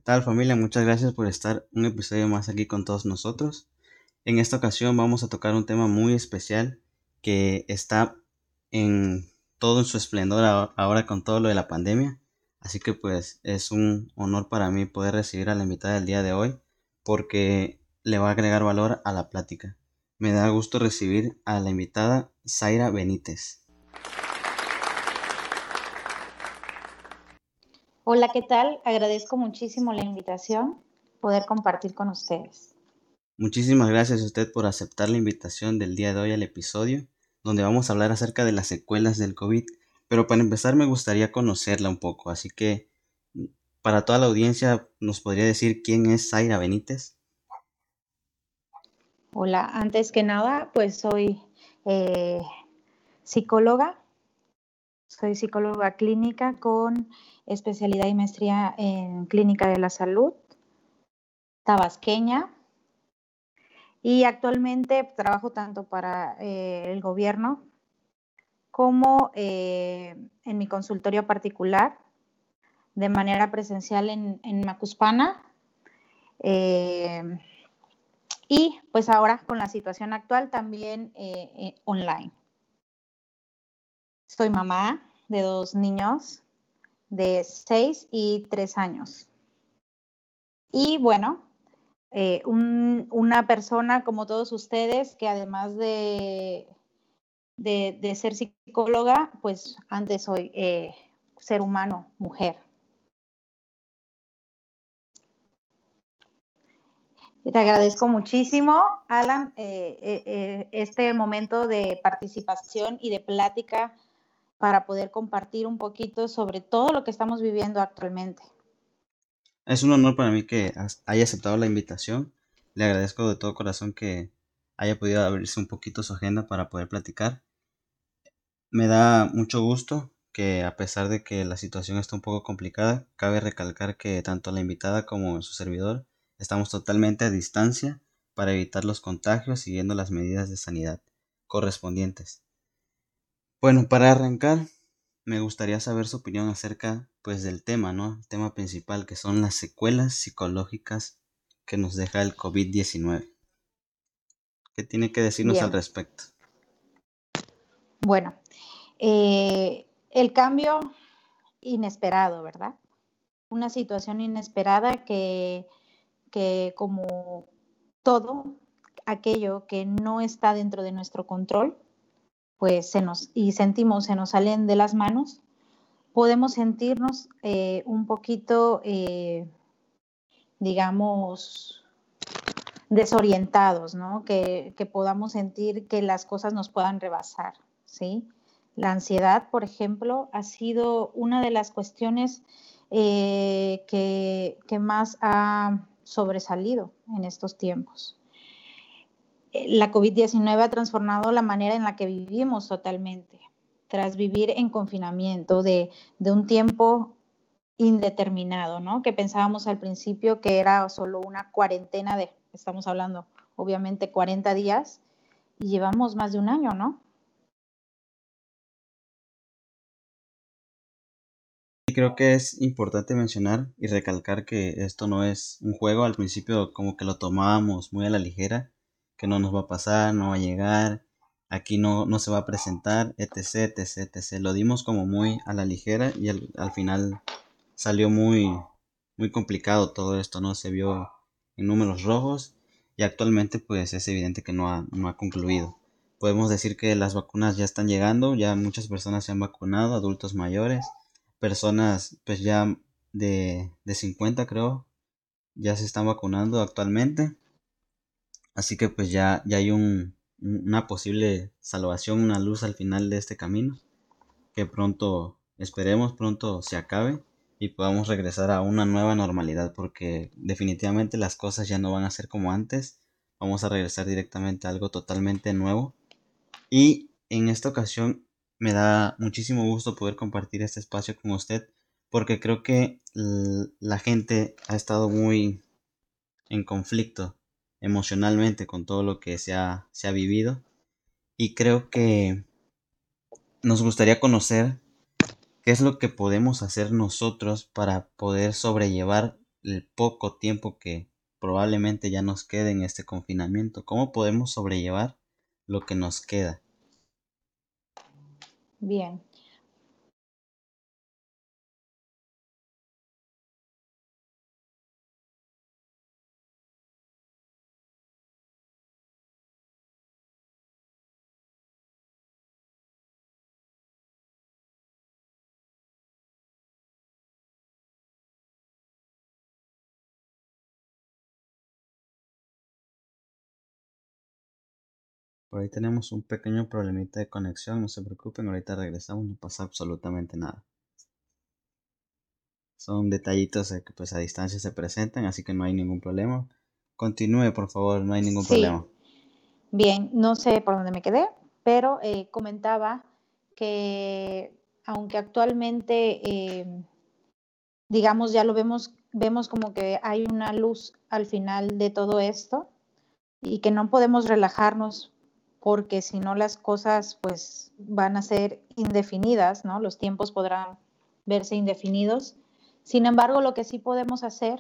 Tal familia? Muchas gracias por estar un episodio más aquí con todos nosotros. En esta ocasión vamos a tocar un tema muy especial que está en todo en su esplendor ahora con todo lo de la pandemia. Así que pues es un honor para mí poder recibir a la invitada del día de hoy porque le va a agregar valor a la plática. Me da gusto recibir a la invitada Zaira Benítez. Hola, ¿qué tal? Agradezco muchísimo la invitación, poder compartir con ustedes. Muchísimas gracias a usted por aceptar la invitación del día de hoy al episodio, donde vamos a hablar acerca de las secuelas del COVID. Pero para empezar me gustaría conocerla un poco, así que para toda la audiencia, ¿nos podría decir quién es Zaira Benítez? Hola, antes que nada, pues eh, psicóloga, soy psicóloga clínica con especialidad y maestría en clínica de la salud, tabasqueña, y actualmente trabajo tanto para el gobierno como en mi consultorio particular, de manera presencial en Macuspana. Eh, Y pues ahora con la situación actual también online. Soy mamá de 2 niños de 6 y 3 años. Y bueno, una persona como todos ustedes que además de ser psicóloga, pues antes soy ser humano, mujer. Te agradezco muchísimo, Alan, este momento de participación y de plática para poder compartir un poquito sobre todo lo que estamos viviendo actualmente. Es un honor para mí que haya aceptado la invitación. Le agradezco de todo corazón que haya podido abrirse un poquito su agenda para poder platicar. Me da mucho gusto que a pesar de que la situación está un poco complicada, cabe recalcar que tanto la invitada como su servidor estamos totalmente a distancia para evitar los contagios siguiendo las medidas de sanidad correspondientes. Bueno, para arrancar, me gustaría saber su opinión acerca pues del tema, ¿no? El tema principal que son las secuelas psicológicas que nos deja el COVID-19. ¿Qué tiene que decirnos al Bien, respecto? bueno, el cambio inesperado, ¿verdad? Una situación inesperada que como todo aquello que no está dentro de nuestro control, pues sentimos, se nos salen de las manos, podemos sentirnos un poquito, digamos, desorientados, ¿no? Que podamos sentir que las cosas nos puedan rebasar, ¿sí? La ansiedad, por ejemplo, ha sido una de las cuestiones que más ha sobresalido en estos tiempos. La COVID-19 ha transformado la manera en la que vivimos totalmente. Tras vivir en confinamiento de un tiempo indeterminado, ¿no? Que pensábamos al principio que era solo una cuarentena estamos hablando, obviamente, 40 días, y llevamos más de un año, ¿no? Y creo que es importante mencionar y recalcar que esto no es un juego. Al principio como que lo tomábamos muy a la ligera, que no nos va a pasar, no va a llegar, aquí no se va a presentar, etc, etc, etc. Lo dimos como muy a la ligera y al final salió muy complicado todo esto, ¿no? Se vio en números rojos y actualmente pues es evidente que no ha concluido. Podemos decir que las vacunas ya están llegando, ya muchas personas se han vacunado, adultos mayores, personas pues ya de 50 creo, ya se están vacunando actualmente. Así que pues ya hay una posible salvación, una luz al final de este camino que pronto, esperemos pronto se acabe y podamos regresar a una nueva normalidad porque definitivamente las cosas ya no van a ser como antes, vamos a regresar directamente a algo totalmente nuevo y en esta ocasión me da muchísimo gusto poder compartir este espacio con usted porque creo que la gente ha estado muy en conflicto emocionalmente con todo lo que se ha vivido y creo que nos gustaría conocer ¿qué es lo que podemos hacer nosotros para poder sobrellevar el poco tiempo que probablemente ya nos quede en este confinamiento. ¿Cómo podemos sobrellevar lo que nos queda? Bien. Por ahí tenemos un pequeño problemita de conexión, no se preocupen, ahorita regresamos, no pasa absolutamente nada. Son detallitos que pues a distancia se presentan, así que no hay ningún problema. Continúe, por favor, no hay ningún Sí, problema. bien, no sé por dónde me quedé, pero comentaba que aunque actualmente, digamos, ya lo vemos como que hay una luz al final de todo esto y que no podemos relajarnos porque si no las cosas pues van a ser indefinidas, ¿no? Los tiempos podrán verse indefinidos. Sin embargo, lo que sí podemos hacer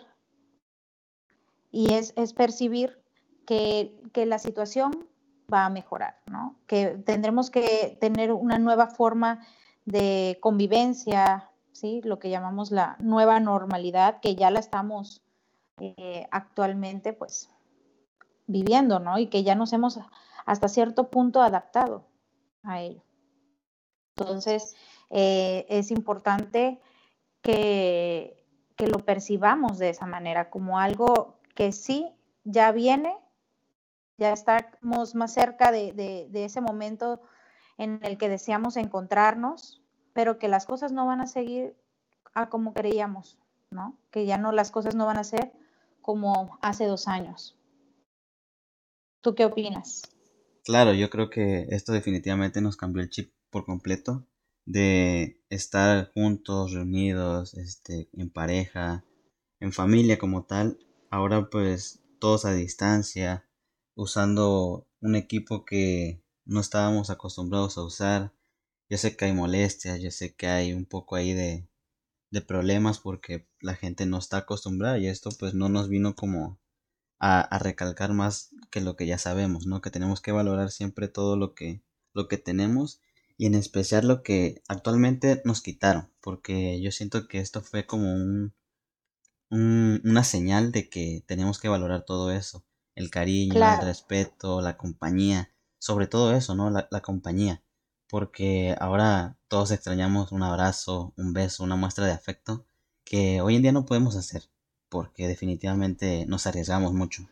y es percibir que la situación va a mejorar, ¿no? Que tendremos que tener una nueva forma de convivencia, ¿sí? Lo que llamamos la nueva normalidad, que ya la estamos actualmente pues viviendo, ¿no? Y que ya nos hemos hasta cierto punto adaptado a ello. Entonces, es importante que, que lo percibamos de esa manera, como algo que sí ya viene, ya estamos más cerca de ese momento en el que deseamos encontrarnos, pero que las cosas no van a seguir a como creíamos, ¿no? Que ya no, las cosas no van a ser como hace 2 años. ¿Tú qué opinas? Claro, yo creo que esto definitivamente nos cambió el chip por completo de estar juntos, reunidos, en pareja, en familia como tal. Ahora pues todos a distancia, usando un equipo que no estábamos acostumbrados a usar. Yo sé que hay molestias, yo sé que hay un poco ahí de problemas porque la gente no está acostumbrada y esto pues no nos vino como a recalcar más que lo que ya sabemos, ¿no? Que tenemos que valorar siempre todo lo que tenemos y en especial lo que actualmente nos quitaron, porque yo siento que esto fue como una señal de que tenemos que valorar todo eso, el cariño, el Claro, respeto, la compañía, sobre todo eso, ¿no? La compañía, porque ahora todos extrañamos un abrazo, un beso, una muestra de afecto que hoy en día no podemos hacer, porque definitivamente nos arriesgamos mucho.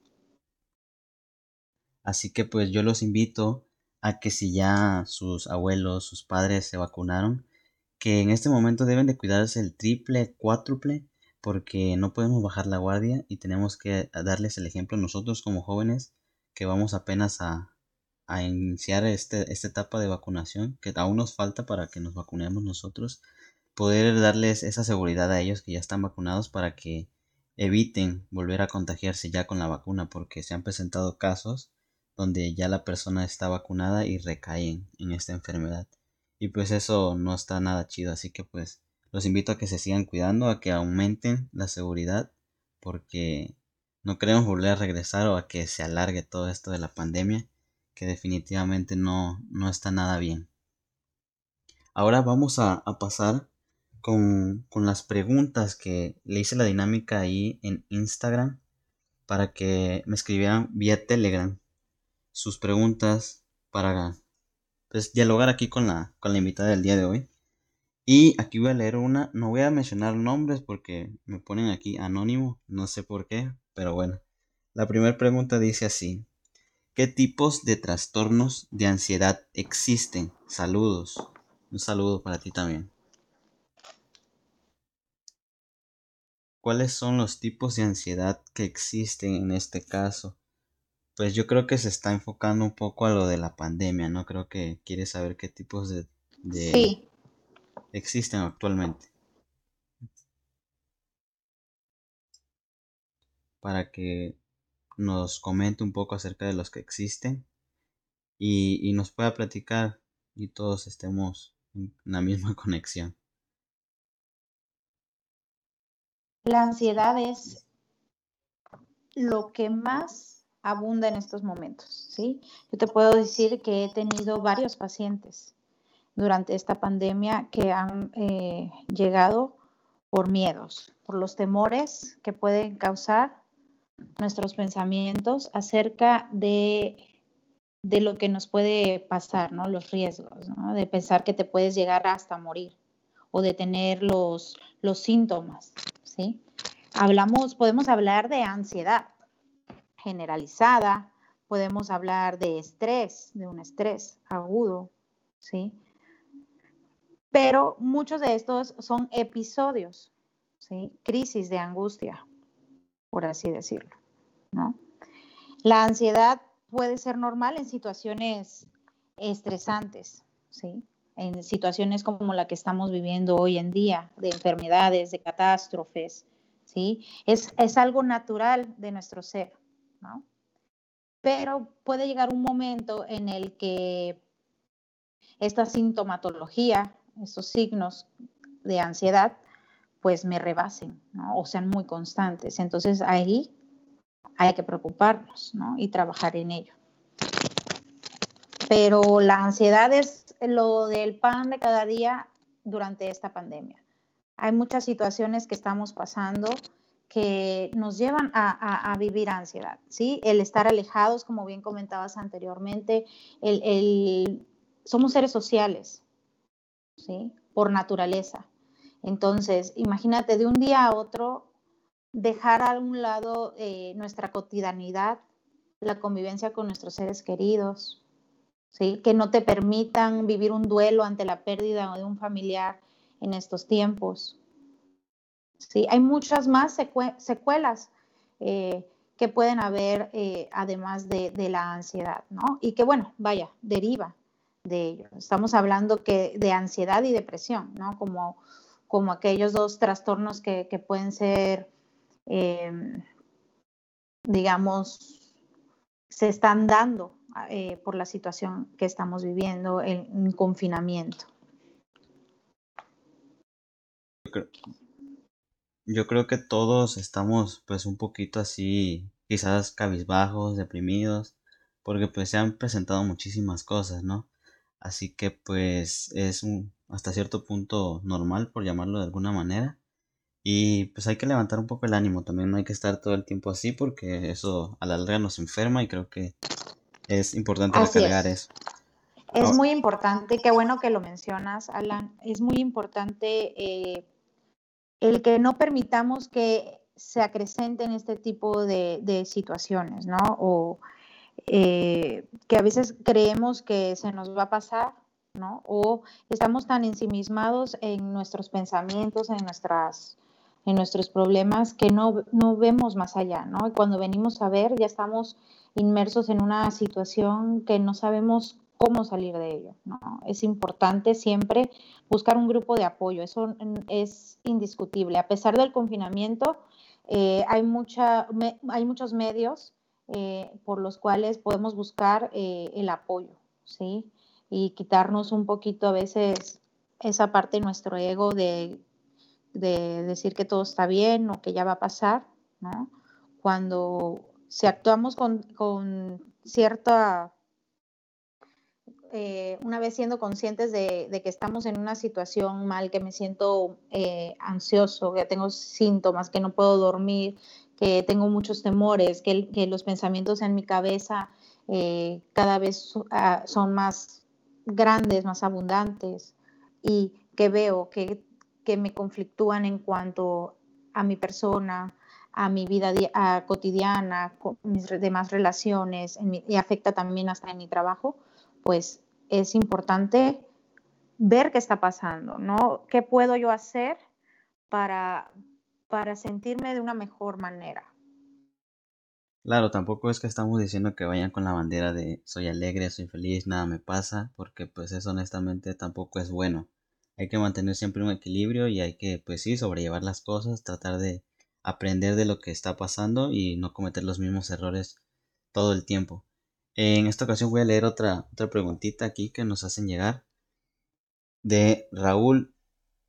Así que pues yo los invito a que si ya sus abuelos, sus padres se vacunaron, que en este momento deben de cuidarse el triple, cuádruple, porque no podemos bajar la guardia y tenemos que darles el ejemplo nosotros como jóvenes que vamos apenas a iniciar esta etapa de vacunación, que aún nos falta para que nos vacunemos nosotros, poder darles esa seguridad a ellos que ya están vacunados para que eviten volver a contagiarse ya con la vacuna, porque se han presentado casos donde ya la persona está vacunada y recaen en esta enfermedad. Y pues eso no está nada chido, así que pues los invito a que se sigan cuidando, a que aumenten la seguridad, porque no queremos volver a regresar o a que se alargue todo esto de la pandemia, que definitivamente no está nada bien. Ahora vamos a pasar con las preguntas que le hice la dinámica ahí en Instagram para que me escribieran vía Telegram sus preguntas para pues, dialogar aquí con la invitada del día de hoy. Y aquí voy a leer una, no voy a mencionar nombres porque me ponen aquí anónimo, no sé por qué, pero bueno. La primera pregunta dice así, ¿qué tipos de trastornos de ansiedad existen? Saludos. Un saludo para ti también. ¿Cuáles son los tipos de ansiedad que existen en este caso? Pues yo creo que se está enfocando un poco a lo de la pandemia, ¿no? Creo que quiere saber qué tipos de sí, existen actualmente para que nos comente un poco acerca de los que existen y nos pueda platicar y todos estemos en la misma conexión. La ansiedad es lo que más abunda en estos momentos, ¿sí? Yo te puedo decir que he tenido varios pacientes durante esta pandemia que han llegado por miedos, por los temores que pueden causar nuestros pensamientos acerca de lo que nos puede pasar, ¿no? Los riesgos, ¿no? De pensar que te puedes llegar hasta morir o de tener los síntomas, ¿sí? Podemos hablar de ansiedad generalizada, podemos hablar de estrés, de un estrés agudo, ¿sí? Pero muchos de estos son episodios, ¿sí? Crisis de angustia, por así decirlo, ¿no? La ansiedad puede ser normal en situaciones estresantes, ¿sí? En situaciones como la que estamos viviendo hoy en día, de enfermedades, de catástrofes, ¿sí? Es algo natural de nuestro ser, ¿no? Pero puede llegar un momento en el que esta sintomatología, estos signos de ansiedad, pues me rebasen, ¿no? O sean muy constantes. Entonces ahí hay que preocuparnos, ¿no? Y trabajar en ello. Pero la ansiedad es lo del pan de cada día durante esta pandemia. Hay muchas situaciones que estamos pasando que nos llevan a vivir ansiedad, ¿sí? El estar alejados, como bien comentabas anteriormente, somos seres sociales, ¿sí? Por naturaleza. Entonces, imagínate de un día a otro dejar a un lado nuestra cotidianidad, la convivencia con nuestros seres queridos, ¿sí? Que no te permitan vivir un duelo ante la pérdida de un familiar en estos tiempos. ¿Sí? Hay muchas más secuelas que pueden haber además de la ansiedad, ¿no? Y que, bueno, vaya, deriva de ello. Estamos hablando de ansiedad y depresión, ¿no? Como aquellos dos trastornos que pueden ser, digamos, se están dando por la situación que estamos viviendo en confinamiento. Yo creo que todos estamos pues un poquito así, quizás cabizbajos, deprimidos, porque pues se han presentado muchísimas cosas, ¿no? Así que pues es hasta cierto punto normal, por llamarlo de alguna manera. Y pues hay que levantar un poco el ánimo, también no hay que estar todo el tiempo así porque eso a la larga nos enferma y creo que es importante Así recalcar es. eso. Es Ah, muy importante, qué bueno que lo mencionas, Alan, es muy importante el que no permitamos que se acrecenten este tipo de situaciones, ¿no? O que a veces creemos que se nos va a pasar, ¿no? O estamos tan ensimismados en nuestros pensamientos, en nuestros problemas, que no vemos más allá, ¿no? Y cuando venimos a ver, ya estamos inmersos en una situación que no sabemos cómo salir de ello, ¿no? Es importante siempre buscar un grupo de apoyo, eso es indiscutible. A pesar del confinamiento, hay muchos medios por los cuales podemos buscar el apoyo, ¿sí? Y quitarnos un poquito a veces esa parte de nuestro ego de decir que todo está bien o que ya va a pasar, ¿no? Cuando si actuamos con cierta, una vez siendo conscientes de que estamos en una situación mal, que me siento ansioso, que tengo síntomas, que no puedo dormir, que tengo muchos temores, que los pensamientos en mi cabeza cada vez son más grandes, más abundantes y que veo que me conflictúan en cuanto a mi persona, a mi vida cotidiana, con mis demás relaciones y afecta también hasta en mi trabajo, pues es importante ver qué está pasando, ¿no? ¿Qué puedo yo hacer para, para sentirme de una mejor manera? claro, tampoco es que estamos diciendo que vayan con la bandera de soy alegre, soy feliz, nada me pasa, porque pues eso honestamente tampoco es bueno. Hay que mantener siempre un equilibrio y hay que pues sí, sobrellevar las cosas, tratar de aprender de lo que está pasando y no cometer los mismos errores todo el tiempo. En esta ocasión voy a leer otra preguntita aquí que nos hacen llegar de Raúl.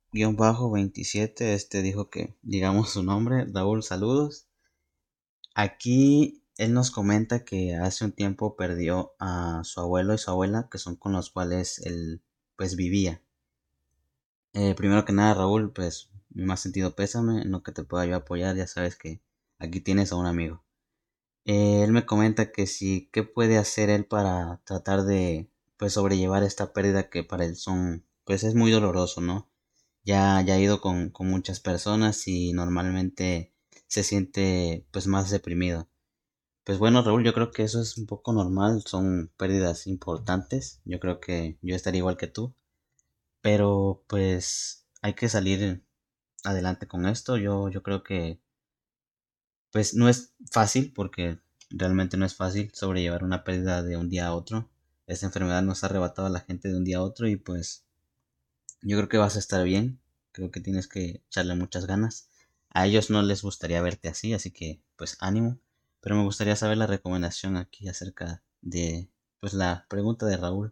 Raúl-27, dijo que digamos su nombre. Raúl, saludos. Aquí él nos comenta que hace un tiempo perdió a su abuelo y su abuela, que son con los cuales él pues vivía. Primero que nada, Raúl, pues mi más sentido pésame, en lo que te pueda yo apoyar, ya sabes que aquí tienes a un amigo. Él me comenta que sí, qué puede hacer él para tratar de pues sobrellevar esta pérdida que para él son, pues es muy doloroso, ¿no? Ya ha ido con muchas personas y normalmente se siente pues más deprimido. Pues bueno, Raúl, yo creo que eso es un poco normal, son pérdidas importantes, yo creo que yo estaría igual que tú, pero pues hay que salir adelante con esto, yo creo que pues no es fácil porque realmente no es fácil sobrellevar una pérdida de un día a otro. Esta enfermedad nos ha arrebatado a la gente de un día a otro y pues yo creo que vas a estar bien. Creo que tienes que echarle muchas ganas. A ellos no les gustaría verte así, así que pues ánimo. Pero me gustaría saber la recomendación aquí acerca de pues la pregunta de Raúl.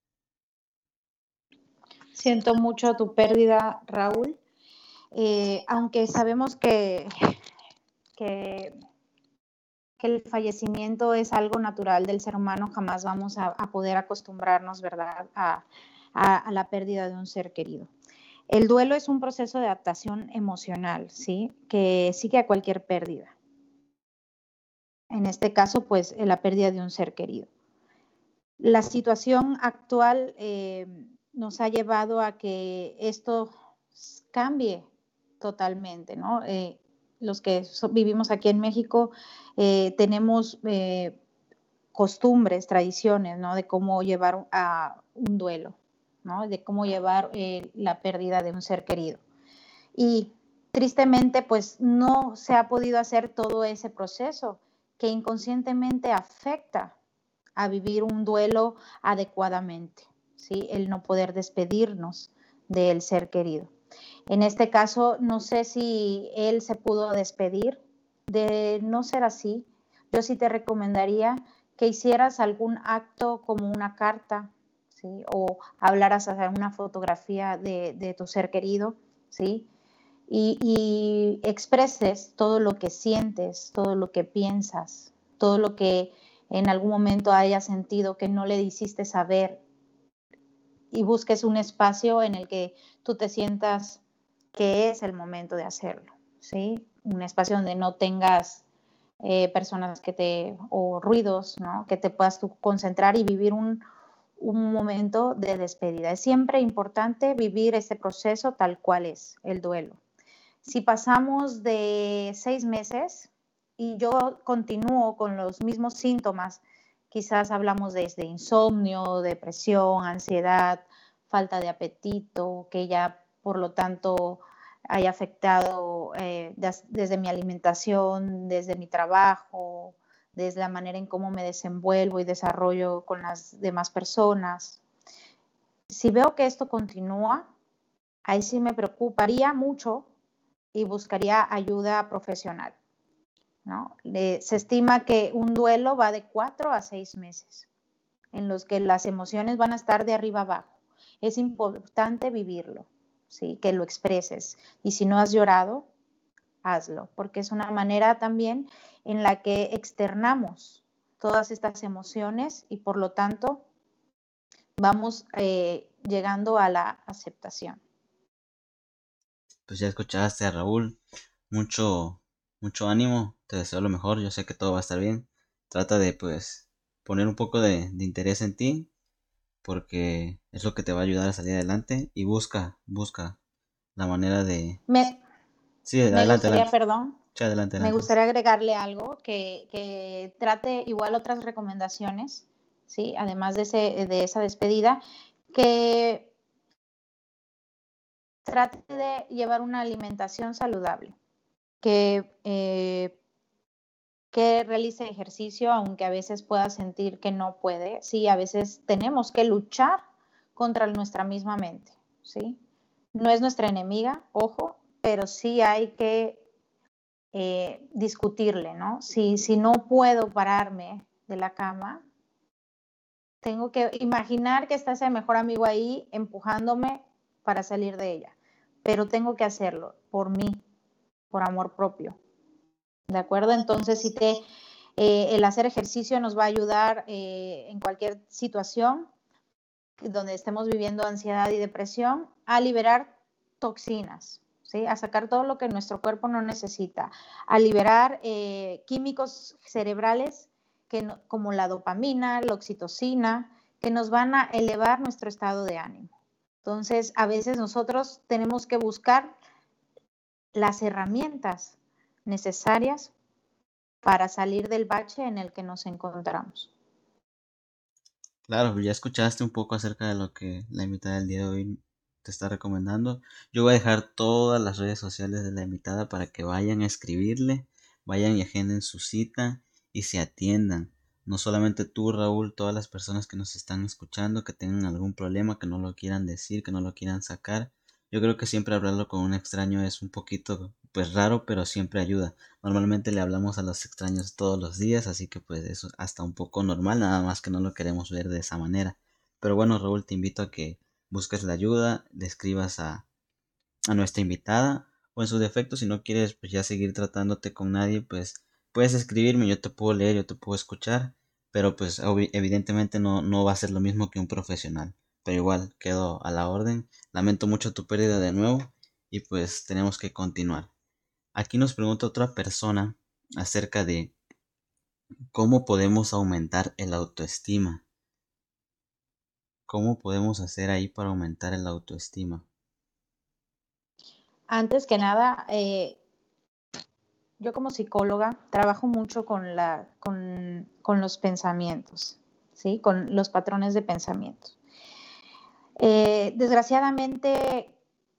Siento mucho tu pérdida, Raúl. Aunque sabemos que, que el fallecimiento es algo natural del ser humano, jamás vamos a poder acostumbrarnos, ¿verdad?, a la pérdida de un ser querido. El duelo es un proceso de adaptación emocional, ¿sí?, que sigue a cualquier pérdida. En este caso, pues, la pérdida de un ser querido. La situación actual nos ha llevado a que esto cambie totalmente, ¿no? Los que vivimos aquí en México tenemos costumbres, tradiciones, ¿no? De cómo llevar a un duelo, ¿no? De cómo llevar la pérdida de un ser querido. Y tristemente, pues no se ha podido hacer todo ese proceso que inconscientemente afecta a vivir un duelo adecuadamente, ¿sí? El no poder despedirnos del ser querido. En este caso, no sé si él se pudo despedir. De no ser así, yo sí te recomendaría que hicieras algún acto como una carta, ¿sí? O hablaras a una fotografía de tu ser querido, ¿sí? Y expreses todo lo que sientes, todo lo que piensas, todo lo que en algún momento hayas sentido que no le hiciste saber, y busques un espacio en el que tú te sientas que es el momento de hacerlo, ¿sí? Un espacio donde no tengas personas o ruidos, ¿no? Que te puedas tú concentrar y vivir un momento de despedida. Es siempre importante vivir ese proceso tal cual es el duelo. Si pasamos de 6 meses y yo continúo con los mismos síntomas, quizás hablamos desde insomnio, depresión, ansiedad, falta de apetito, que ya por lo tanto haya afectado desde mi alimentación, desde mi trabajo, desde la manera en cómo me desenvuelvo y desarrollo con las demás personas. Si veo que esto continúa, ahí sí me preocuparía mucho y buscaría ayuda profesional, ¿no? Se estima que un duelo va de 4 a 6 meses, en los que las emociones van a estar de arriba abajo. Es importante vivirlo, ¿sí? Que lo expreses. Y si no has llorado, hazlo, porque es una manera también en la que externamos todas estas emociones y por lo tanto vamos llegando a la aceptación. Pues ya escuchaste a Raúl, mucho, mucho ánimo, te deseo lo mejor, yo sé que todo va a estar bien. Trata de pues poner un poco de interés en ti porque es lo que te va a ayudar a salir adelante y busca la manera de... Me, Sí, me adelante, gustaría, adelante. perdón, Sí, adelante, me adelante. gustaría agregarle algo que trate igual otras recomendaciones, ¿sí? Además de esa despedida, que trate de llevar una alimentación saludable, que realice ejercicio, aunque a veces pueda sentir que no puede. Sí, a veces tenemos que luchar contra nuestra misma mente, ¿sí? No es nuestra enemiga, ojo, pero sí hay que discutirle, ¿no? Si no puedo pararme de la cama, tengo que imaginar que está ese mejor amigo ahí empujándome para salir de ella. pero tengo que hacerlo por mí, por amor propio. ¿De acuerdo? Entonces, el hacer ejercicio nos va a ayudar en cualquier situación donde estemos viviendo ansiedad y depresión a liberar toxinas, ¿sí? A sacar todo lo que nuestro cuerpo no necesita, a liberar químicos cerebrales como la dopamina, la oxitocina, que nos van a elevar nuestro estado de ánimo. Entonces, a veces nosotros tenemos que buscar las herramientas necesarias para salir del bache en el que nos encontramos. Claro, ya escuchaste un poco acerca de lo que la invitada del día de hoy te está recomendando. Yo voy a dejar todas las redes sociales de la invitada para que vayan a escribirle, vayan y agenden su cita y se atiendan. No solamente tú, Raúl, todas las personas que nos están escuchando, que tengan algún problema, que no lo quieran decir, que no lo quieran sacar. Yo creo que siempre hablarlo con un extraño es un poquito, pues raro, pero siempre ayuda. Normalmente le hablamos a los extraños todos los días, así que pues eso es hasta un poco normal, nada más que no lo queremos ver de esa manera. Pero bueno, Raúl, te invito a que busques la ayuda, le escribas a nuestra invitada, o en su defecto, si no quieres pues ya seguir tratándote con nadie, pues puedes escribirme, yo te puedo leer, yo te puedo escuchar, pero pues evidentemente no va a ser lo mismo que un profesional. Pero igual, quedo a la orden. Lamento mucho tu pérdida de nuevo y pues tenemos que continuar. Aquí nos pregunta otra persona acerca de cómo podemos aumentar el autoestima. ¿Cómo podemos hacer ahí para aumentar el autoestima? Antes que nada, yo como psicóloga trabajo mucho con los pensamientos, ¿sí? Con los patrones de pensamientos. Desgraciadamente,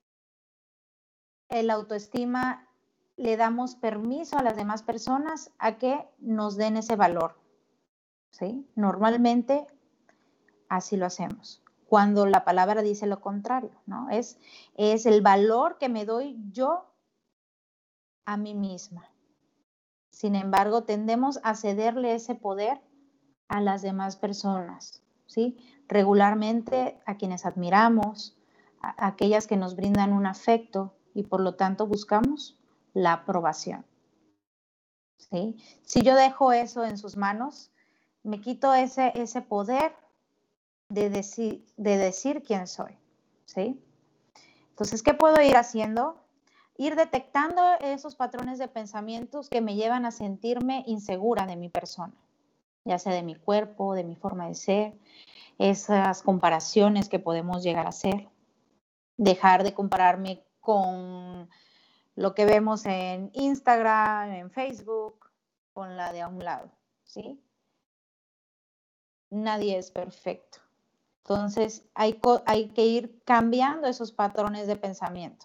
el autoestima le damos permiso a las demás personas a que nos den ese valor, ¿sí? Normalmente así lo hacemos. Cuando la palabra dice lo contrario, ¿no? Es el valor que me doy yo a mí misma. Sin embargo, tendemos a cederle ese poder a las demás personas, ¿sí? Regularmente a quienes admiramos, a aquellas que nos brindan un afecto y por lo tanto buscamos la aprobación, ¿sí? Si yo dejo eso en sus manos, me quito ese poder de decir quién soy, ¿sí? Entonces, ¿qué puedo ir haciendo? Ir detectando esos patrones de pensamientos que me llevan a sentirme insegura de mi persona, ya sea de mi cuerpo, de mi forma de ser, esas comparaciones que podemos llegar a hacer, dejar de compararme con lo que vemos en Instagram, en Facebook, con la de a un lado, ¿sí? Nadie es perfecto. Entonces hay que ir cambiando esos patrones de pensamiento.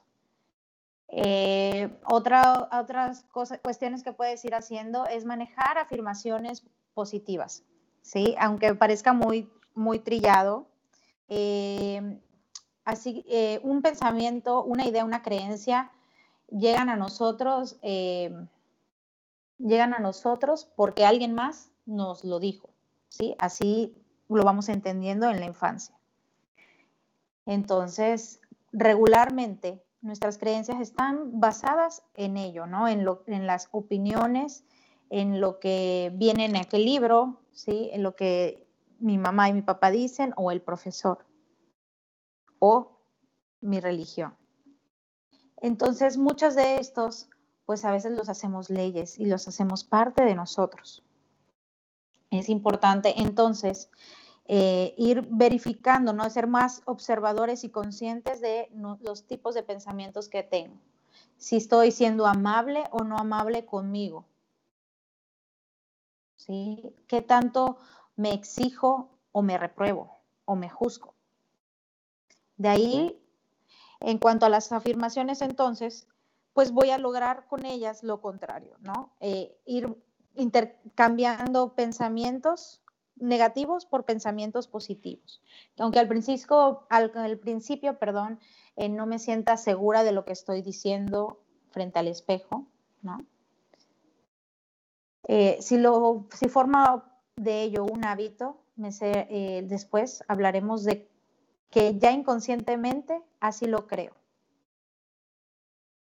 Otras cuestiones que puedes ir haciendo es manejar afirmaciones positivas, ¿sí? Aunque parezca muy trillado, un pensamiento, una idea, una creencia llegan a nosotros, porque alguien más nos lo dijo, ¿sí? Así lo vamos entendiendo en la infancia. Entonces, regularmente nuestras creencias están basadas en ello, ¿no? En las opiniones, en lo que viene en aquel libro, ¿sí? En lo que mi mamá y mi papá dicen, o el profesor, o mi religión. Entonces, muchos de estos, pues a veces los hacemos leyes y los hacemos parte de nosotros. Es importante entonces ir verificando, ¿no? Ser más observadores y conscientes de los tipos de pensamientos que tengo. Si estoy siendo amable o no amable conmigo, ¿sí? ¿Qué tanto me exijo o me repruebo o me juzgo? De ahí, en cuanto a las afirmaciones, entonces, pues voy a lograr con ellas lo contrario, ¿no? Ir intercambiando pensamientos negativos por pensamientos positivos. Aunque al principio, perdón, no me sienta segura de lo que estoy diciendo frente al espejo, ¿no? Si forma de ello un hábito, después hablaremos de que ya inconscientemente así lo creo.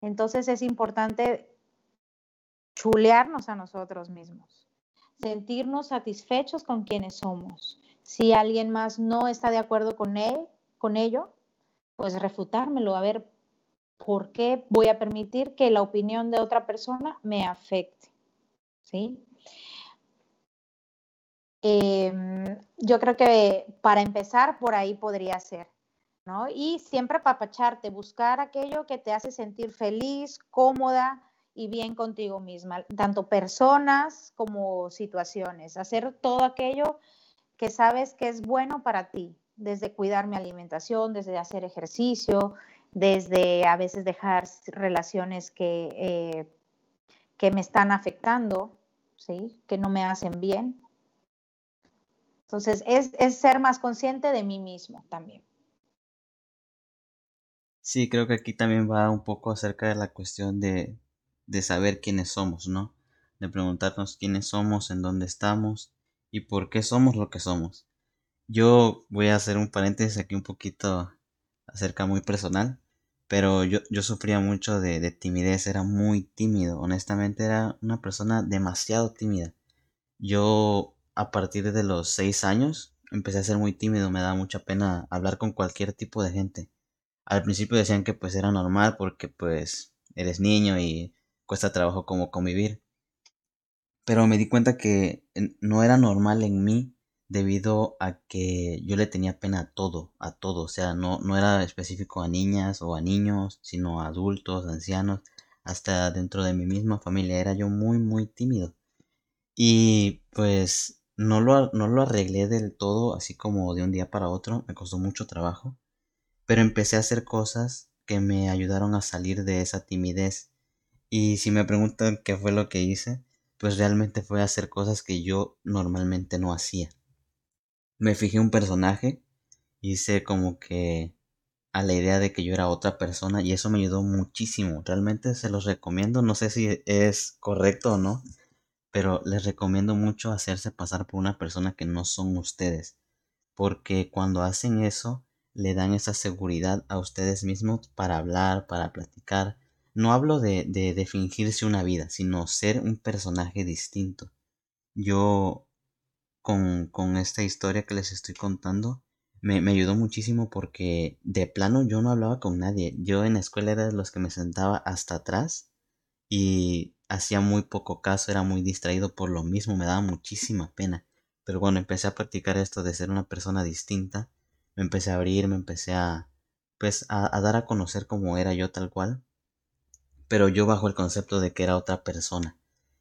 Entonces es importante chulearnos a nosotros mismos, sentirnos satisfechos con quienes somos. Si alguien más no está de acuerdo con ello, pues refutármelo, a ver por qué voy a permitir que la opinión de otra persona me afecte, ¿sí? Yo creo que para empezar por ahí podría ser, ¿no? Y siempre apapacharte, buscar aquello que te hace sentir feliz, cómoda y bien contigo misma, tanto personas como situaciones, hacer todo aquello que sabes que es bueno para ti, desde cuidar mi alimentación, desde hacer ejercicio, desde a veces dejar relaciones que me están afectando, ¿sí? Que no me hacen bien. Entonces, es ser más consciente de mí mismo también. Sí, creo que aquí también va un poco acerca de la cuestión de saber quiénes somos, ¿no? De preguntarnos quiénes somos, en dónde estamos y por qué somos lo que somos. Yo voy a hacer un paréntesis aquí un poquito acerca muy personal, pero yo sufría mucho de timidez, era muy tímido, honestamente era una persona demasiado tímida. Yo a partir de los 6 años empecé a ser muy tímido, me daba mucha pena hablar con cualquier tipo de gente. Al principio decían que pues era normal porque pues eres niño y cuesta trabajo como convivir. Pero me di cuenta que no era normal en mí debido a que yo le tenía pena a todo. O sea, no era específico a niñas o a niños, sino a adultos, ancianos, hasta dentro de mi misma familia. Era yo muy, muy tímido. Y pues no lo arreglé del todo así como de un día para otro. Me costó mucho trabajo, pero empecé a hacer cosas que me ayudaron a salir de esa timidez. Y si me preguntan qué fue lo que hice, pues realmente fue hacer cosas que yo normalmente no hacía. Me fijé un personaje, hice como que a la idea de que yo era otra persona y eso me ayudó muchísimo. Realmente se los recomiendo, no sé si es correcto o no, pero les recomiendo mucho hacerse pasar por una persona que no son ustedes, porque cuando hacen eso le dan esa seguridad a ustedes mismos para hablar, para platicar. No hablo de fingirse una vida, sino ser un personaje distinto. Yo con esta historia que les estoy contando me ayudó muchísimo porque de plano yo no hablaba con nadie. Yo en la escuela era de los que me sentaba hasta atrás y hacía muy poco caso, era muy distraído por lo mismo, me daba muchísima pena. Pero cuando empecé a practicar esto de ser una persona distinta, me empecé a abrir, me empecé a, pues, a dar a conocer cómo era yo tal cual, pero yo bajo el concepto de que era otra persona.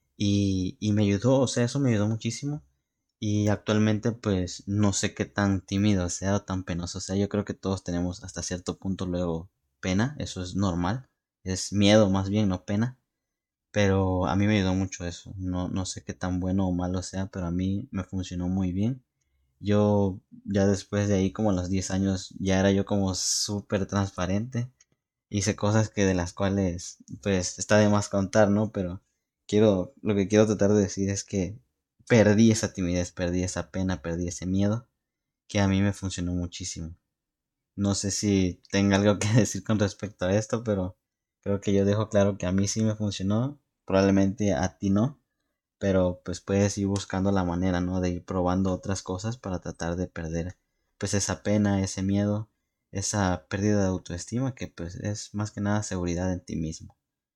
Y me ayudó, o sea, eso me ayudó muchísimo. Y actualmente, pues, no sé qué tan tímido sea o tan penoso sea. Yo creo que todos tenemos hasta cierto punto luego pena, eso es normal. Es miedo más bien, no pena. Pero a mí me ayudó mucho eso. No sé qué tan bueno o malo sea, pero a mí me funcionó muy bien. Yo ya después de ahí, como a los 10 años, ya era yo como súper transparente. Hice cosas que de las cuales, pues, está de más contar, ¿no? Pero lo que quiero tratar de decir es que perdí esa timidez, perdí esa pena, perdí ese miedo, que a mí me funcionó muchísimo. No sé si tenga algo que decir con respecto a esto, pero creo que yo dejo claro que a mí sí me funcionó, probablemente a ti no, pero pues puedes ir buscando la manera, ¿no? De ir probando otras cosas para tratar de perder pues esa pena, ese miedo, esa pérdida de autoestima que pues es más que nada seguridad en ti mismo.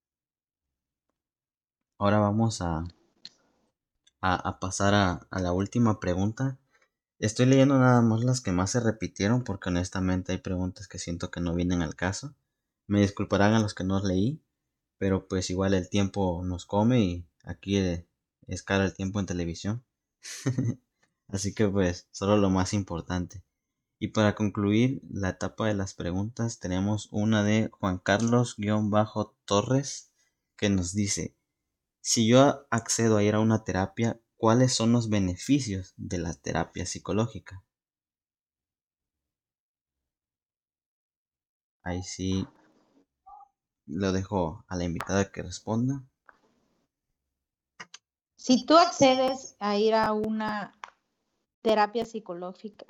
Ahora vamos a pasar a la última pregunta. Estoy leyendo nada más las que más se repitieron porque honestamente hay preguntas que siento que no vienen al caso. Me disculparán a los que no leí, pero pues igual el tiempo nos come y aquí es caro el tiempo en televisión. Así que pues solo lo más importante. Y para concluir la etapa de las preguntas tenemos una de Juan Carlos-Torres que nos dice, si yo accedo a ir a una terapia, ¿cuáles son los beneficios de la terapia psicológica? Ahí sí lo dejo a la invitada que responda. Si tú accedes a ir a una terapia psicológica,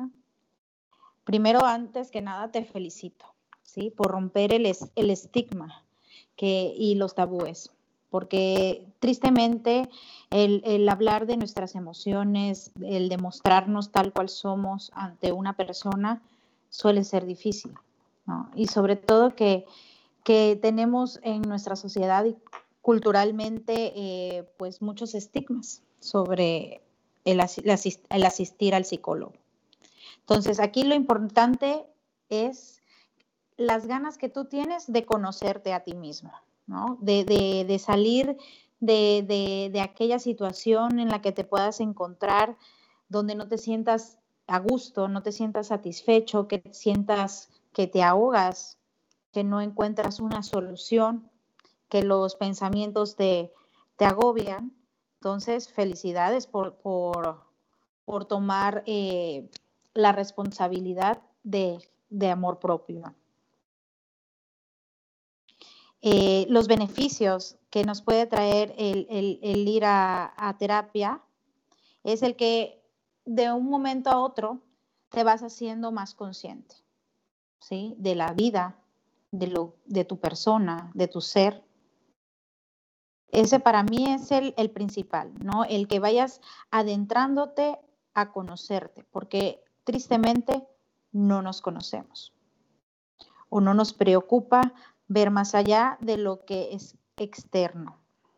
primero, antes que nada, te felicito, ¿sí? Por romper el estigma y los tabúes, porque tristemente el hablar de nuestras emociones, el demostrarnos tal cual somos ante una persona suele ser difícil, ¿no? Y sobre todo que tenemos en nuestra sociedad y culturalmente pues muchos estigmas sobre el asistir al psicólogo. Entonces aquí lo importante es las ganas que tú tienes de conocerte a ti mismo, ¿no? De salir de aquella situación en la que te puedas encontrar donde no te sientas a gusto, no te sientas satisfecho, que sientas que te ahogas, que no encuentras una solución, que los pensamientos te agobian. Entonces, felicidades por tomar la responsabilidad de amor propio. Los beneficios que nos puede traer el ir a terapia es el que de un momento a otro te vas haciendo más consciente, ¿sí? De la vida, de tu persona, de tu ser. Ese para mí es el principal, ¿no? El que vayas adentrándote a conocerte, porque tristemente no nos conocemos o no nos preocupa ver más allá de lo que es externo.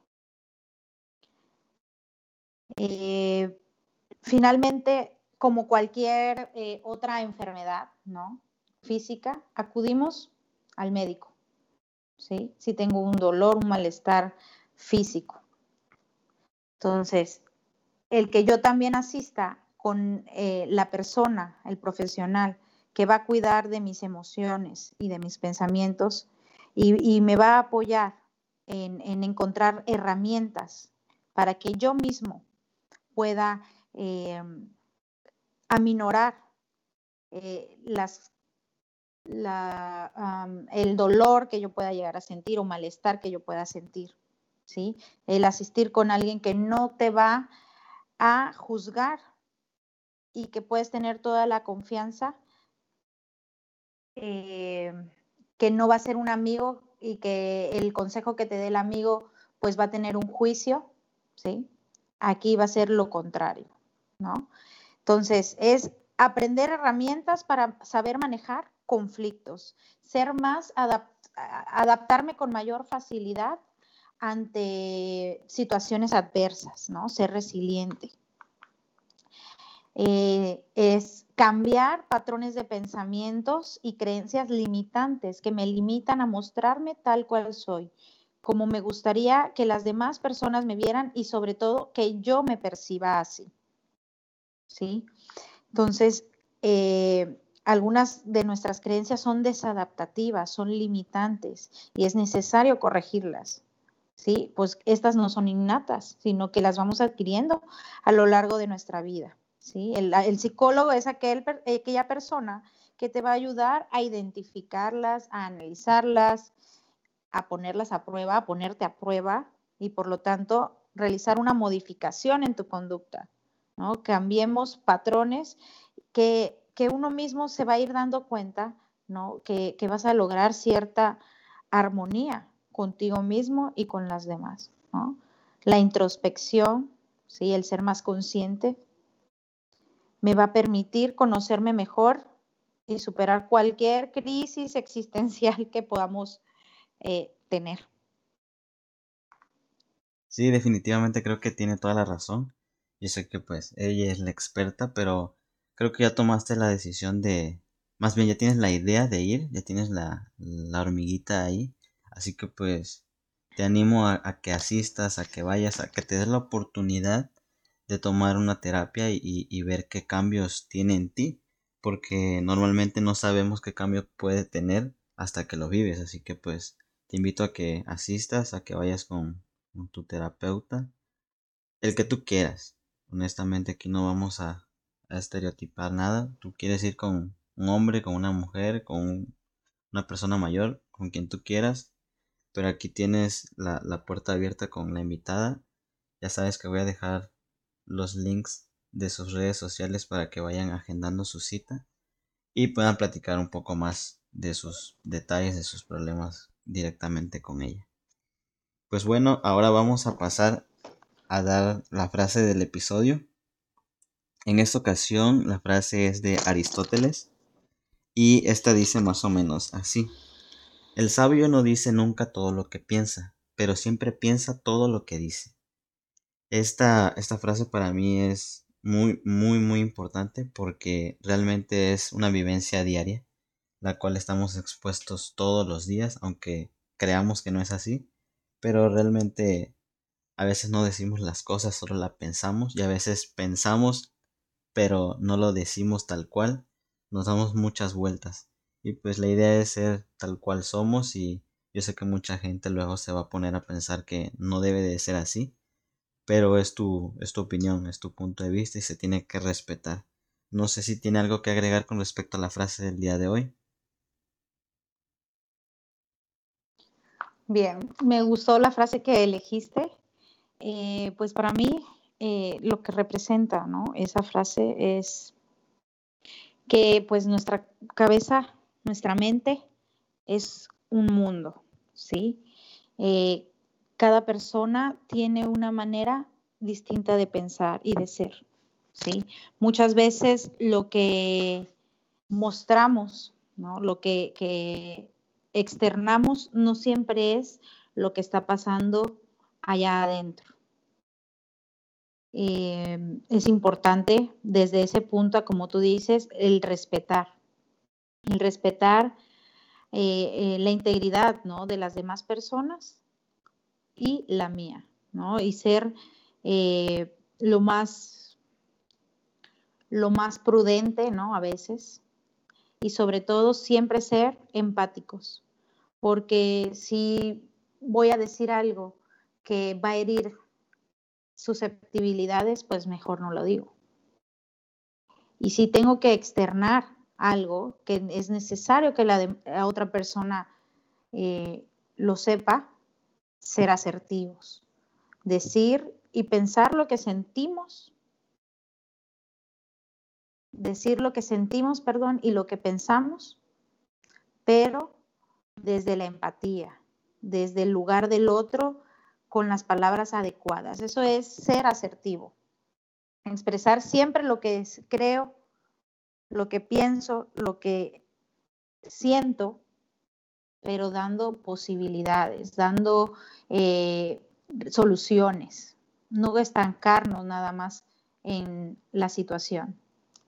Finalmente, como cualquier otra enfermedad, ¿no? Física, acudimos al médico, ¿sí? Si tengo un dolor, un malestar físico. Entonces, el que yo también asista con la persona, el profesional, que va a cuidar de mis emociones y de mis pensamientos y me va a apoyar en encontrar herramientas para que yo mismo pueda aminorar el dolor que yo pueda llegar a sentir o malestar que yo pueda sentir, ¿sí? El asistir con alguien que no te va a juzgar y que puedes tener toda la confianza, que no va a ser un amigo y que el consejo que te dé el amigo pues va a tener un juicio, ¿sí? Aquí va a ser lo contrario, ¿no? Entonces, es aprender herramientas para saber manejar conflictos, ser más adaptarme con mayor facilidad ante situaciones adversas, ¿no? Ser resiliente. Es cambiar patrones de pensamientos y creencias limitantes que me limitan a mostrarme tal cual soy, como me gustaría que las demás personas me vieran y sobre todo que yo me perciba así, ¿sí? Entonces, algunas de nuestras creencias son desadaptativas, son limitantes y es necesario corregirlas, ¿sí? Pues estas no son innatas, sino que las vamos adquiriendo a lo largo de nuestra vida, ¿sí? El psicólogo es aquella persona que te va a ayudar a identificarlas, a analizarlas, a ponerlas a prueba, a ponerte a prueba y por lo tanto realizar una modificación en tu conducta, ¿no? Cambiemos patrones que uno mismo se va a ir dando cuenta, ¿no? Que vas a lograr cierta armonía contigo mismo y con las demás, ¿no? La introspección, ¿sí? El ser más consciente me va a permitir conocerme mejor y superar cualquier crisis existencial que podamos tener. Sí, definitivamente creo que tiene toda la razón. Yo sé que pues ella es la experta, pero creo que ya tomaste la decisión de, más bien ya tienes la idea de ir, ya tienes la hormiguita ahí. Así que pues te animo a que asistas, a que vayas, a que te des la oportunidad de tomar una terapia y ver qué cambios tiene en ti. Porque normalmente no sabemos qué cambio puede tener hasta que lo vives. Así que pues te invito a que asistas, a que vayas con tu terapeuta, el que tú quieras. Honestamente aquí no vamos a estereotipar nada. Tú quieres ir con un hombre, con una mujer, una persona mayor, con quien tú quieras. Pero aquí tienes la puerta abierta con la invitada. Ya sabes que voy a dejar los links de sus redes sociales para que vayan agendando su cita y puedan platicar un poco más de sus detalles, de sus problemas directamente con ella. Pues bueno, ahora vamos a pasar a dar la frase del episodio. En esta ocasión la frase es de Aristóteles y esta dice más o menos así. El sabio no dice nunca todo lo que piensa, pero siempre piensa todo lo que dice. Esta frase para mí es muy, muy, muy importante porque realmente es una vivencia diaria, la cual estamos expuestos todos los días, aunque creamos que no es así, pero realmente a veces no decimos las cosas, solo la pensamos y a veces pensamos, pero no lo decimos tal cual, nos damos muchas vueltas. Y pues la idea es ser tal cual somos y yo sé que mucha gente luego se va a poner a pensar que no debe de ser así, pero es tu opinión, es tu punto de vista y se tiene que respetar. No sé si tiene algo que agregar con respecto a la frase del día de hoy. Bien, me gustó la frase que elegiste. Pues para mí lo que representa, ¿no? Esa frase es que pues nuestra cabeza, nuestra mente es un mundo, ¿sí? Eh, cada persona tiene una manera distinta de pensar y de ser, ¿sí? Muchas veces lo que mostramos, ¿no? Lo que externamos no siempre es lo que está pasando allá adentro. Es importante desde ese punto, como tú dices, el respetar la integridad, ¿no? De las demás personas y la mía, ¿no? Y ser eh, lo más, lo más prudente, ¿no? A veces. Y sobre todo siempre ser empáticos, porque si voy a decir algo que va a herir susceptibilidades, pues mejor no lo digo. Y si tengo que externar algo que es necesario que la otra persona eh, lo sepa, ser asertivos, decir y pensar lo que sentimos, decir lo que sentimos, perdón, y lo que pensamos, pero desde la empatía, desde el lugar del otro, con las palabras adecuadas. Eso es ser asertivo, expresar siempre lo que creo, lo que pienso, lo que siento, pero dando posibilidades, dando soluciones, no estancarnos nada más en la situación.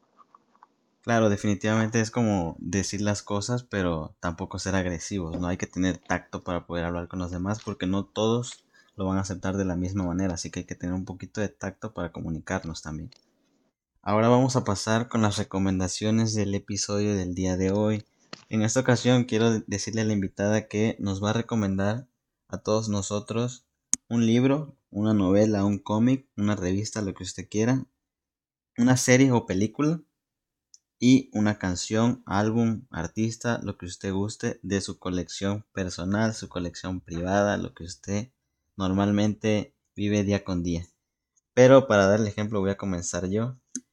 Claro, definitivamente es como decir las cosas, pero tampoco ser agresivos, ¿no? Hay que tener tacto para poder hablar con los demás porque no todos lo van a aceptar de la misma manera, así que hay que tener un poquito de tacto para comunicarnos también. Ahora vamos a pasar con las recomendaciones del episodio del día de hoy. En esta ocasión quiero decirle a la invitada que nos va a recomendar a todos nosotros un libro, una novela, un cómic, una revista, lo que usted quiera, una serie o película y una canción, álbum, artista, lo que usted guste de su colección personal, su colección privada, lo que usted normalmente vive día con día. Pero para dar el ejemplo voy a comenzar yo.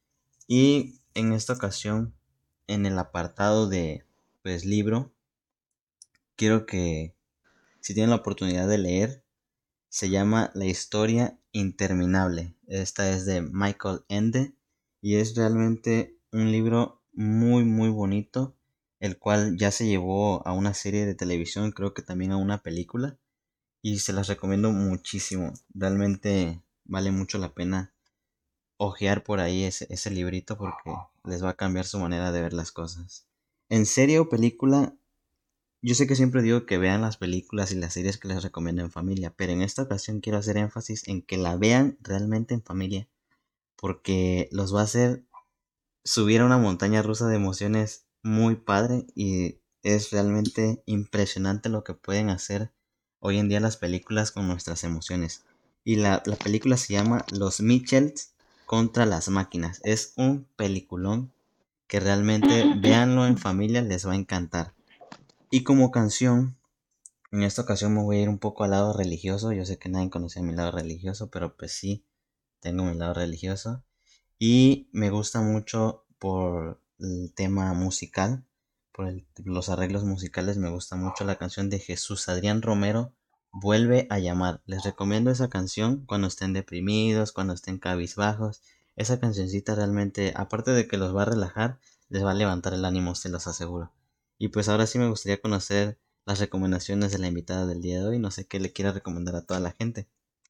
Y en esta ocasión, en el apartado de pues libro, quiero que si tienen la oportunidad de leer, se llama La historia interminable. Esta es de Michael Ende y es realmente un libro muy muy bonito, el cual ya se llevó a una serie de televisión, creo que también a una película y se las recomiendo muchísimo. Realmente vale mucho la pena ojear por ahí ese librito porque les va a cambiar su manera de ver las cosas. En serie o película, yo sé que siempre digo que vean las películas y las series que les recomiendo en familia, pero en esta ocasión quiero hacer énfasis en que la vean realmente en familia, porque los va a hacer subir a una montaña rusa de emociones muy padre y es realmente impresionante lo que pueden hacer hoy en día las películas con nuestras emociones. Y la película se llama Los Mitchells contra las máquinas. Es un peliculón que realmente véanlo en familia, les va a encantar. Y como canción, en esta ocasión me voy a ir un poco al lado religioso. Yo sé que nadie conoce mi lado religioso, pero pues sí, tengo mi lado religioso. Y me gusta mucho por el tema musical, por los arreglos musicales. Me gusta mucho la canción de Jesús Adrián Romero, Vuelve a llamar. Les recomiendo esa canción cuando estén deprimidos, cuando estén cabizbajos. Esa cancioncita realmente, aparte de que los va a relajar, les va a levantar el ánimo, se los aseguro. Y pues ahora sí me gustaría conocer las recomendaciones de la invitada del día de hoy. No sé qué le quiera recomendar a toda la gente.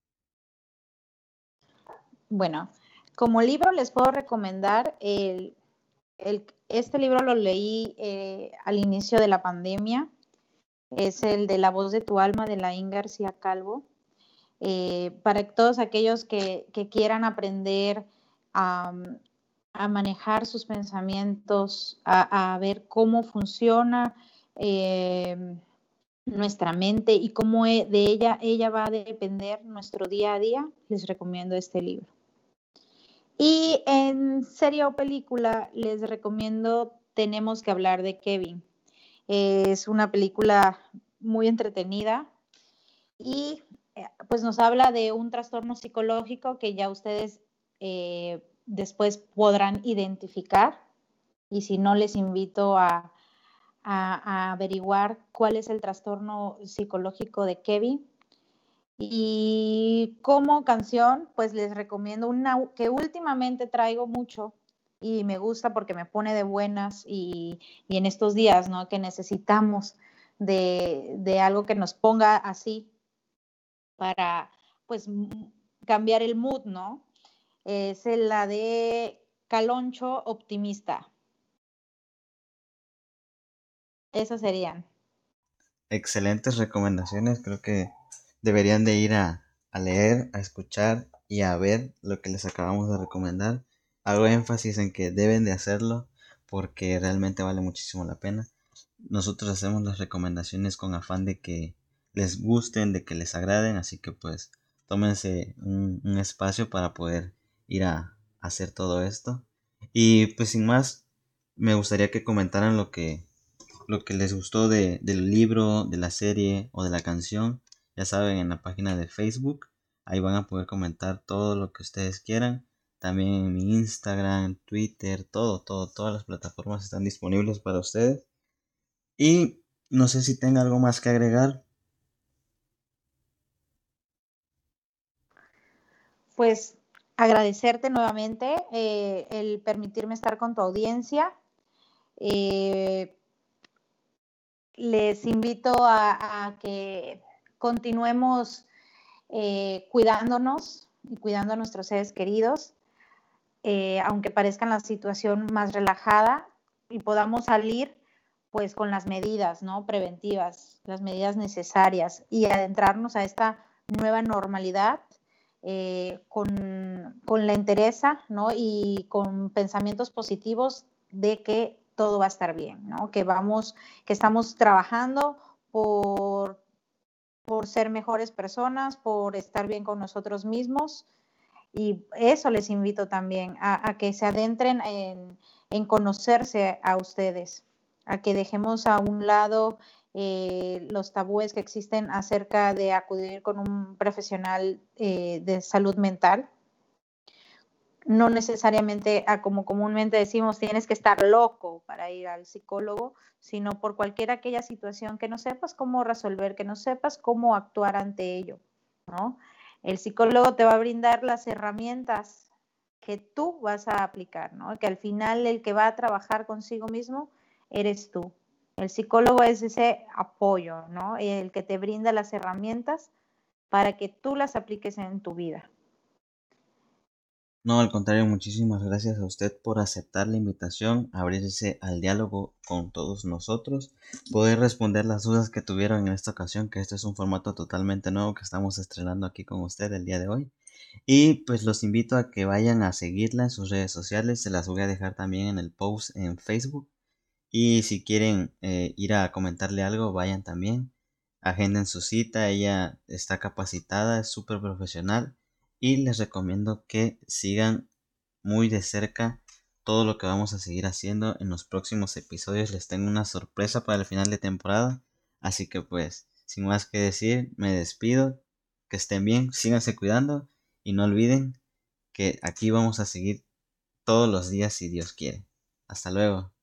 Bueno, como libro les puedo recomendar este libro lo leí al inicio de la pandemia. Es el de La voz de tu alma de Laín García Calvo. Para todos aquellos que quieran aprender a, a manejar sus pensamientos, a ver cómo funciona nuestra mente y cómo de ella va a depender nuestro día a día, les recomiendo este libro. Y en serie o película les recomiendo Tenemos que hablar de Kevin. Es una película muy entretenida y pues nos habla de un trastorno psicológico que ya ustedes después podrán identificar, y si no les invito a averiguar cuál es el trastorno psicológico de Kevin. Y como canción, pues les recomiendo una que últimamente traigo mucho y me gusta porque me pone de buenas y en estos días, ¿no? Que necesitamos de algo que nos ponga así para, pues, cambiar el mood, ¿no? Es la de Caloncho Optimista. Esas serían. Excelentes recomendaciones. Creo que deberían de ir a leer, a escuchar y a ver lo que les acabamos de recomendar. Hago énfasis en que deben de hacerlo porque realmente vale muchísimo la pena. Nosotros hacemos las recomendaciones con afán de que les gusten, de que les agraden, así que pues tómense un espacio para poder ir a hacer todo esto. Y pues sin más, me gustaría que comentaran lo que les gustó del libro, de la serie o de la canción. Ya saben, en la página de Facebook, ahí van a poder comentar todo lo que ustedes quieran. También en mi Instagram, Twitter, todas las plataformas están disponibles para ustedes. Y no sé si tenga algo más que agregar. Pues agradecerte nuevamente el permitirme estar con tu audiencia. Eh, Les invito a que continuemos cuidándonos y cuidando a nuestros seres queridos, aunque parezca la situación más relajada y podamos salir pues con las medidas, ¿no? Preventivas, las medidas necesarias y adentrarnos a esta nueva normalidad con la entereza, ¿no? Y con pensamientos positivos de que todo va a estar bien, ¿no? Que estamos trabajando por ser mejores personas, por estar bien con nosotros mismos. Y eso les invito también a que se adentren en conocerse a ustedes, a que dejemos a un lado los tabúes que existen acerca de acudir con un profesional de salud mental. No necesariamente, como comúnmente decimos, tienes que estar loco para ir al psicólogo, sino por cualquier aquella situación que no sepas cómo resolver, que no sepas cómo actuar ante ello, ¿no? El psicólogo te va a brindar las herramientas que tú vas a aplicar, ¿no? Que al final el que va a trabajar consigo mismo eres tú. El psicólogo es ese apoyo, ¿no? El que te brinda las herramientas para que tú las apliques en tu vida. No, al contrario, muchísimas gracias a usted por aceptar la invitación, abrirse al diálogo con todos nosotros, poder responder las dudas que tuvieron en esta ocasión, que este es un formato totalmente nuevo que estamos estrenando aquí con usted el día de hoy. Y pues los invito a que vayan a seguirla en sus redes sociales, se las voy a dejar también en el post en Facebook. Y si quieren ir a comentarle algo, vayan también. Agenden su cita, ella está capacitada, es súper profesional y les recomiendo que sigan muy de cerca todo lo que vamos a seguir haciendo en los próximos episodios. Les tengo una sorpresa para el final de temporada. Así que pues, sin más que decir, me despido. Que estén bien, síganse cuidando y no olviden que aquí vamos a seguir todos los días si Dios quiere. Hasta luego.